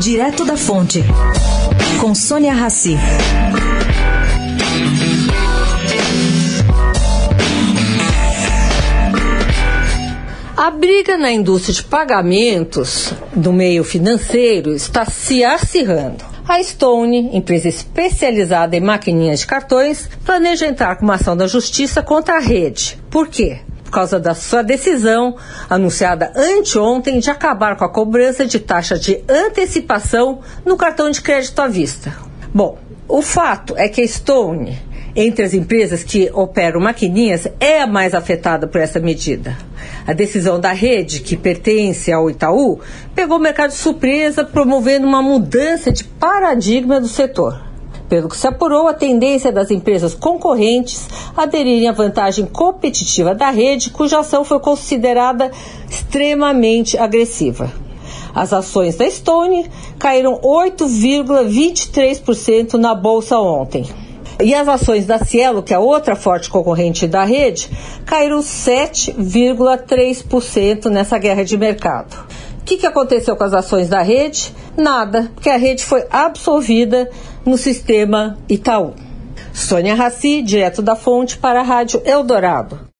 Direto da Fonte, com Sônia Rassi. A briga na indústria de pagamentos do meio financeiro está se acirrando. A Stone, empresa especializada em maquininhas de cartões, planeja entrar com uma ação da justiça contra a rede. Por quê? Por causa da sua decisão, anunciada anteontem, de acabar com a cobrança de taxa de antecipação no cartão de crédito à vista. Bom, o fato é que a Stone, entre as empresas que operam maquininhas, é a mais afetada por essa medida. A decisão da rede, que pertence ao Itaú, pegou o mercado de surpresa, promovendo uma mudança de paradigma do setor. Pelo que se apurou, a tendência das empresas concorrentes aderirem à vantagem competitiva da rede, cuja ação foi considerada extremamente agressiva. As ações da Stone caíram 8,23% na bolsa ontem. E as ações da Cielo, que é outra forte concorrente da rede, caíram 7,3% nessa guerra de mercado. O que aconteceu com as ações da rede? Nada, porque a rede foi absorvida no sistema Itaú. Sônia Rassi, direto da Fonte, para a Rádio Eldorado.